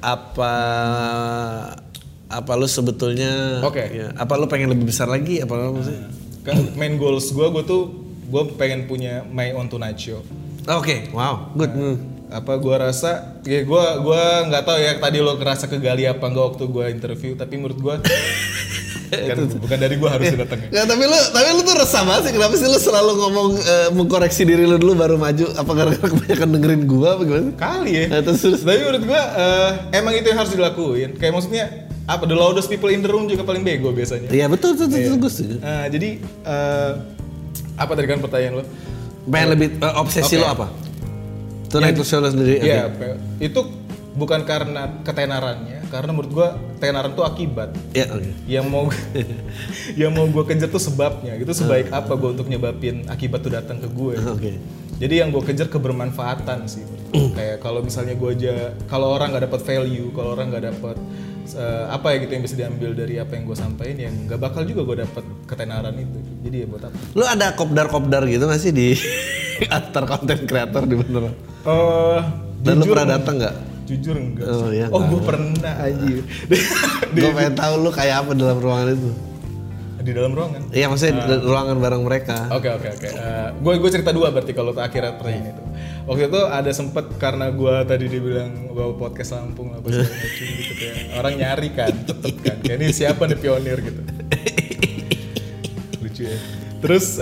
Apa lu sebetulnya ya, apa lu pengen lebih besar lagi apa lu maksudnya? Main goals gue pengen punya my own tonight show. Oke, wow, good. Apa gue rasa ya gue nggak tahu ya tadi lo ngerasa kegali apa enggak waktu gue interview, tapi menurut gue kan bukan dari gue harus datang. Ya, tapi lu tuh resah banget sih, kenapa sih lu selalu ngomong mengkoreksi diri lu dulu baru maju? Apa karena kebanyakan dengerin gue apa gimana? Kali ya. Terus. Tapi menurut gue emang itu yang harus dilakuin. Kayak maksudnya the loudest people in the room juga paling bego biasanya. Iya betul gue setuju. Jadi apa tadi kan pertanyaan lo? Pengen lebih obsesi lo apa? Tonight show lo sendiri. Iya, itu bukan karena ketenarannya, karena menurut gue tenaran tuh akibat. Iya, oke. Yang mau gue kejar tuh sebabnya, gitu sebaik apa gue untuk nyebabin akibat tuh datang ke gue. Oke. Jadi yang gue kejar kebermanfaatan sih. Kayak kalau misalnya gue aja, kalau orang nggak dapat value, kalau orang nggak dapat apa ya gitu yang bisa diambil dari apa yang gue sampaikan, yang nggak bakal juga gue dapat ketenaran itu. Jadi ya buat apa? Lu ada kopdar gitu nggak sih di antar konten kreator di beneran? Dan lu pernah datang nggak? Jujur enggak sih. Oh, iya, gue pernah aja. Gue pengen tahu lu kayak apa dalam ruangan itu. Di dalam ruangan? Iya maksudnya ruangan bareng mereka. Oke. Gue cerita dua berarti kalau akhirnya pertanyaan itu. Waktu itu ada sempet karena gue tadi dibilang bawa podcast Lampung apa segala macam gitu kayak orang nyari kan, tetep kan. Kayak ini siapa nih pionir gitu. Lucu ya. Terus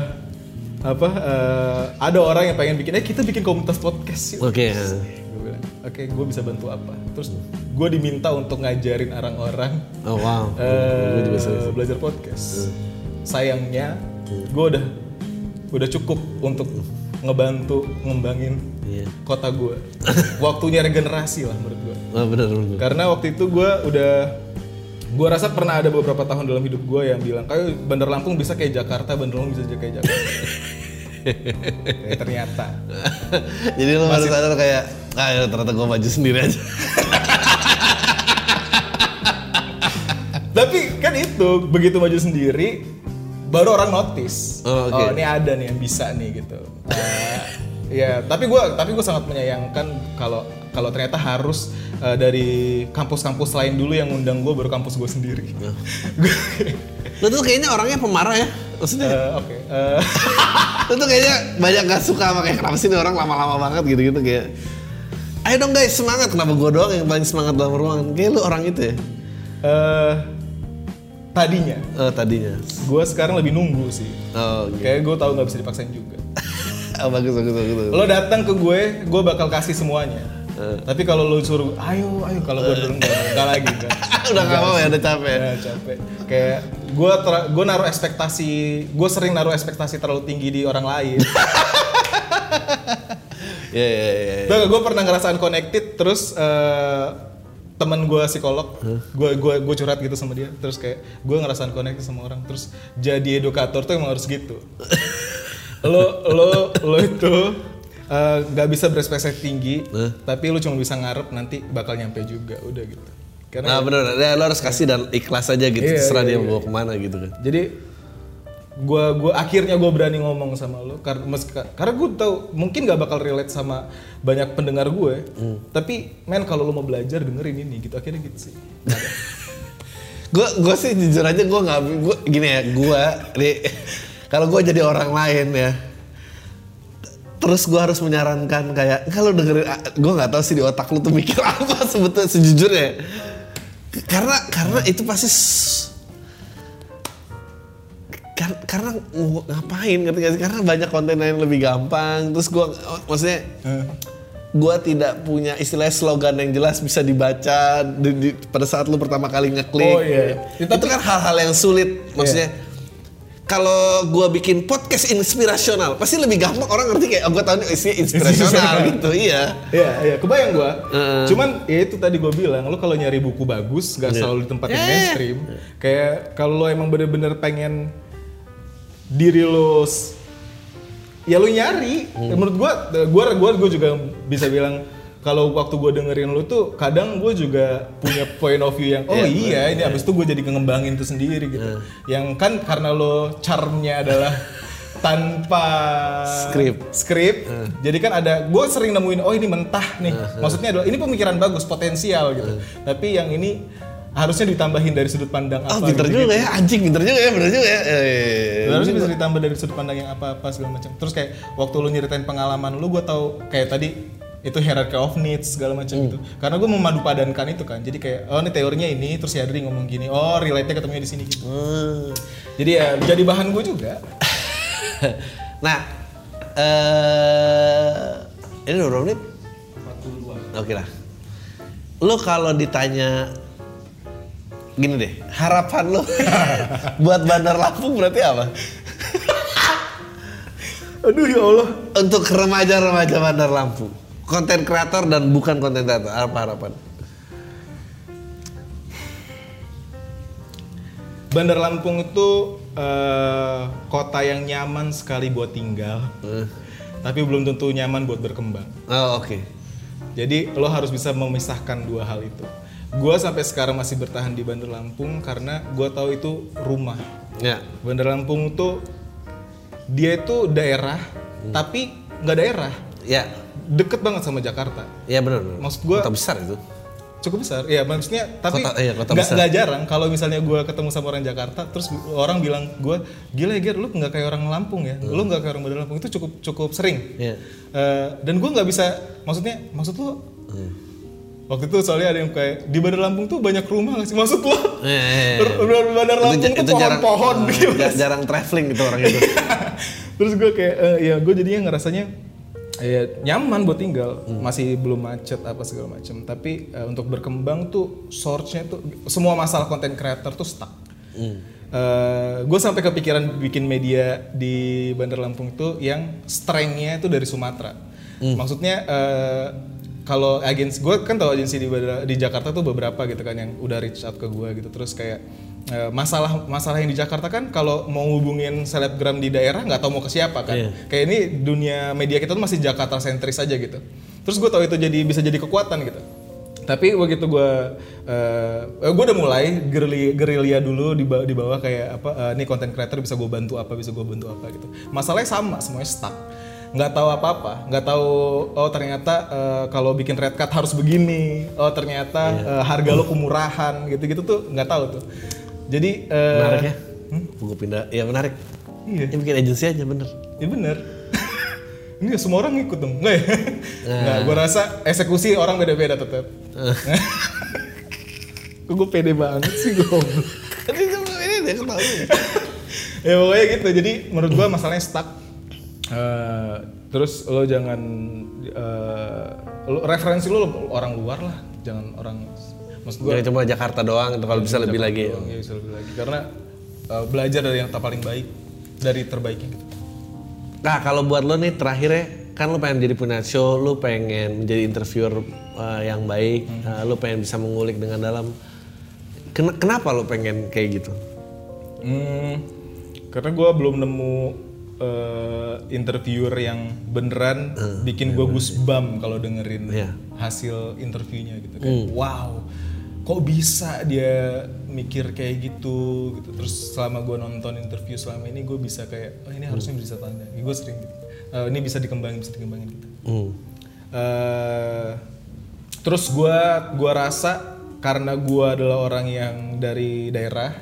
ada orang yang pengen bikin, kita bikin komunitas podcast sih. Oke. oke, gue bisa bantu apa. Terus gue diminta untuk ngajarin orang-orang Oh wow. belajar podcast. Sayangnya gue udah cukup untuk ngebantu ngembangin kota gue. Waktunya regenerasi lah menurut gue. Oh, benar. Karena waktu itu gue rasa pernah ada beberapa tahun dalam hidup gue yang bilang kayak Bandar Lampung bisa kayak Jakarta, Bandar Lampung bisa kayak Jakarta. Ternyata. Jadi lo baru sadar kayak, ternyata gue maju sendiri aja. Tapi kan itu begitu maju sendiri, baru orang notice. Oh, okay. Ini ada nih yang bisa nih gitu. Ya, tapi gue sangat menyayangkan kalau ternyata harus dari kampus-kampus lain dulu yang ngundang gue, baru kampus gue sendiri. Lo tuh kayaknya orangnya pemarah ya, maksudnya. Oke. Lo tuh kayaknya banyak gak suka sama kayak kenapa sih ini orang lama-lama banget gitu-gitu kayak. Ayo dong guys, semangat, kenapa gue doang yang paling semangat dalam ruangan? Kayak lu orang itu ya? Tadinya. Tadinya. Gue sekarang lebih nunggu sih. Oh, okay. Kayak gue tahu nggak bisa dipaksain juga. bagus. Lo datang ke gue bakal kasih semuanya. Tapi kalau lo suruh, ayo, kalau gue dulu enggak lagi. Udah nggak mau ya, udah capek. Ya, capek. Kayak gue naruh ekspektasi, gue sering naruh ekspektasi terlalu tinggi di orang lain. Iya. Gue pernah ngerasain connected, terus teman gue psikolog, gue curhat gitu sama dia, terus kayak gue ngerasain connected sama orang, terus jadi edukator tuh emang harus gitu. lo itu nggak bisa berekspektasi tinggi, tapi lu cuma bisa ngarep nanti bakal nyampe juga, udah gitu. Karena bener, ya, lo harus kasih dan ikhlas aja gitu, terserah dia mau kemana gitu kan. Jadi gue akhirnya gue berani ngomong sama lo karena gue tahu mungkin nggak bakal relate sama banyak pendengar gue, tapi kalau lo mau belajar dengerin ini gitu, akhirnya gitu sih. gue sih jujur aja gue gini ya, kalau gue jadi orang lain ya, terus gue harus menyarankan kayak kalau dengerin, gue nggak tahu sih di otak lu tuh mikir apa sebetulnya sejujurnya, karena itu pasti karena ngapain ngerti gak sih, karena banyak konten lain lebih gampang, terus gue maksudnya gue tidak punya istilah slogan yang jelas bisa dibaca pada saat lu pertama kali ngeklik. Oh iya. Itu kan hal-hal yang sulit maksudnya. Kalau gue bikin podcast inspirasional, pasti lebih gampang orang ngerti kayak, gue tahu ini isinya inspirasional gitu, iya. Iya, kebayang gue. Cuman ya itu tadi gue bilang, lo kalau nyari buku bagus, gak selalu di tempat yang mainstream. Kayak kalau lo emang bener-bener pengen diri lo, ya lo nyari. Menurut gue juga bisa bilang, kalau waktu gue dengerin lu tuh kadang gue juga punya point of view yang ini abis itu gue jadi ngembangin itu sendiri gitu. Yang kan karena lo charmnya adalah tanpa skrip. Jadi kan ada, gue sering nemuin ini mentah nih. Maksudnya adalah ini pemikiran bagus, potensial gitu. Tapi yang ini harusnya ditambahin dari sudut pandang apa. Pinter gitu, juga ya, anjing pinter juga ya, bener juga ya. Harusnya bisa ditambah dari sudut pandang yang apa segala macam. Terus kayak waktu lu nyeritain pengalaman lu, gue tahu kayak tadi itu hierarchy of needs segala macam gitu. Karena gue memadu padankan itu kan. Jadi kayak ini teorinya ini, terus Yadri ngomong gini, relate-nya ketemunya di sini gitu. Jadi ya jadi bahan gue juga. Nah, ini udah berapa menit? 42. Oke lah. Lo kalau ditanya gini deh, harapan lo buat Bandar Lampung berarti apa? Aduh ya Allah. Untuk remaja-remaja Bandar Lampung, konten kreator dan bukan konten kreator, apa harapan? Bandar Lampung itu kota yang nyaman sekali buat tinggal, tapi belum tentu nyaman buat berkembang. Oh, oke. Jadi lo harus bisa memisahkan dua hal itu. Gue sampai sekarang masih bertahan di Bandar Lampung karena gue tahu itu rumah. Ya. Bandar Lampung tuh dia itu daerah, tapi nggak daerah. Ya. Deket banget sama Jakarta. Iya benar. Maksud gue kota besar itu. Cukup besar, ya maksudnya. Tapi kota nggak jarang kalau misalnya gue ketemu sama orang Jakarta, terus orang bilang gue, gila ya Ger, lu nggak kayak orang Lampung ya, lu nggak kayak orang Bandar Lampung, itu cukup sering. Yeah. Dan gue nggak bisa, maksud lu? Waktu itu soalnya ada yang kayak di Bandar Lampung tuh banyak rumah nggak sih? Maksud lo? Bandar Lampung tuh pohon-pohon. Jarang traveling gitu orang itu. Terus gue kayak, ya gue jadinya ngerasanya Ya, nyaman buat tinggal, masih belum macet apa segala macam. Tapi untuk berkembang tuh source-nya tuh semua masalah content creator tuh stuck. Gue sampai kepikiran bikin media di Bandar Lampung tuh yang strength-nya itu dari Sumatera. Maksudnya kalau agensi, gue kan tahu agensi di Jakarta tuh beberapa gitu kan yang udah reach out ke gue gitu. Terus kayak masalah yang di Jakarta kan kalau mau hubungin selebgram di daerah nggak tahu mau ke siapa kan. Kayak ini dunia media kita tuh masih Jakarta sentris aja gitu. Terus gue tahu itu bisa jadi kekuatan gitu. Tapi begitu gue udah mulai gerilya dulu di bawah kayak apa, nih content creator bisa gue bantu apa gitu. Masalahnya sama, semuanya stuck. Nggak tahu apa-apa, nggak tahu oh ternyata kalau bikin red card harus begini, oh ternyata harga lo kemurahan gitu-gitu tuh nggak tahu tuh. Jadi menarik ya, gue pindah, ya menarik. Iya. Ini bikin agensi aja bener. Iya bener. Ini semua orang ngikut dong, nggak ya? Nggak, gue rasa eksekusi orang beda-beda tetap. Kok gue pede banget sih goblok. Ini dia ketawa. Ya pokoknya gitu, jadi menurut gue masalahnya stuck. Terus lo jangan referensi lo orang luar lah, jangan orang. Maksud gue cuma Jakarta doang, kalau bisa lebih lagi. Ya bisa lebih lagi, karena belajar dari yang paling baik, dari terbaiknya gitu. Nah kalau buat lo nih terakhirnya, kan lo pengen jadi punya show, lo pengen menjadi interviewer yang baik, lo pengen bisa mengulik dengan dalam. Kenapa lo pengen kayak gitu? Karena gue belum nemu interviewer yang beneran bikin gue goosebump kalau dengerin hasil interviewnya gitu. Kayak wow, kok bisa dia mikir kayak gitu. Terus selama gue nonton interview selama ini gue bisa kayak oh ini harusnya bisa tanda. Gue sering gitu. Ini bisa dikembangin gitu. Terus gue rasa karena gue adalah orang yang dari daerah,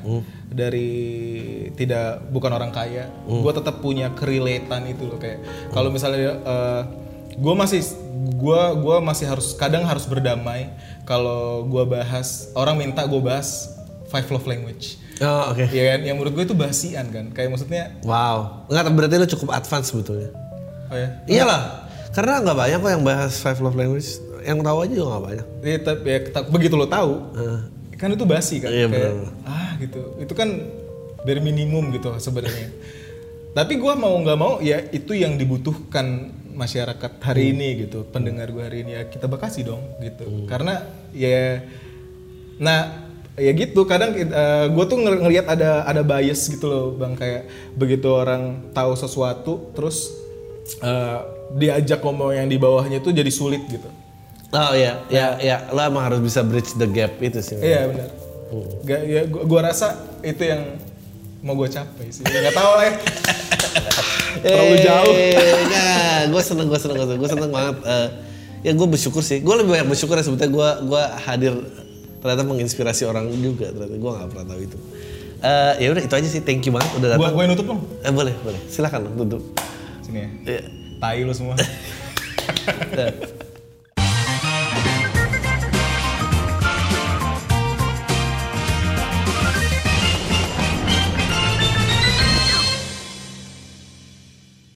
bukan orang kaya, gue tetap punya kerelatean itu loh, kayak kalau misalnya gue masih kadang harus berdamai kalau gue bahas, orang minta gue bahas 5 love language. Oh oke. Ya kan, yang menurut gue itu basian kan, kayak maksudnya. Wow, nggak berarti lo cukup advance sebetulnya. Oh ya? Iyalah, karena nggak banyak kok yang bahas 5 love language, yang tahu aja juga nggak banyak. Iya, tapi ya, begitu lo tahu, kan itu basi kan, iya, kayak bener. gitu, itu kan bare minimum gitu sebenarnya. Tapi gue mau nggak mau ya itu yang dibutuhkan masyarakat hari ini gitu, pendengar gue hari ini ya kita bekasi dong gitu, karena ya, nah ya gitu kadang gue tuh ngelihat ada bias gitu loh bang, kayak begitu orang tahu sesuatu terus diajak ngomong yang di bawahnya tuh jadi sulit gitu. Oh iya, ya lo emang harus bisa bridge the gap itu sih. Iya benar. Ya, gue rasa itu yang mau gue capai sih. Nggak tahu lah ya. Terlalu jauh. Gue seneng banget. Ya gue bersyukur sih. Gue lebih banyak bersyukur ya sebetulnya gue hadir ternyata menginspirasi orang juga. Ternyata gue nggak pernah tahu itu. Ya udah itu aja sih. Thank you banget udah datang. Gue nutup dong. Boleh. Silakan lo tutup. Sini ya. Tai lo semua.